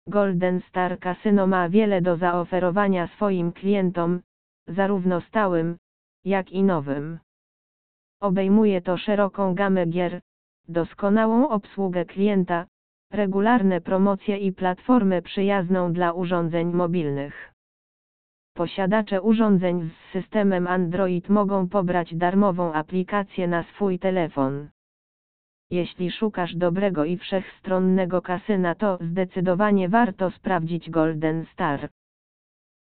Golden Star Casino ma wiele do zaoferowania swoim klientom, zarówno stałym, jak i nowym. Obejmuje to szeroką gamę gier, doskonałą obsługę klienta, regularne promocje i platformę przyjazną dla urządzeń mobilnych. Posiadacze urządzeń z systemem Android mogą pobrać darmową aplikację na swój telefon. Jeśli szukasz dobrego i wszechstronnego kasyna, to zdecydowanie warto sprawdzić Golden Star.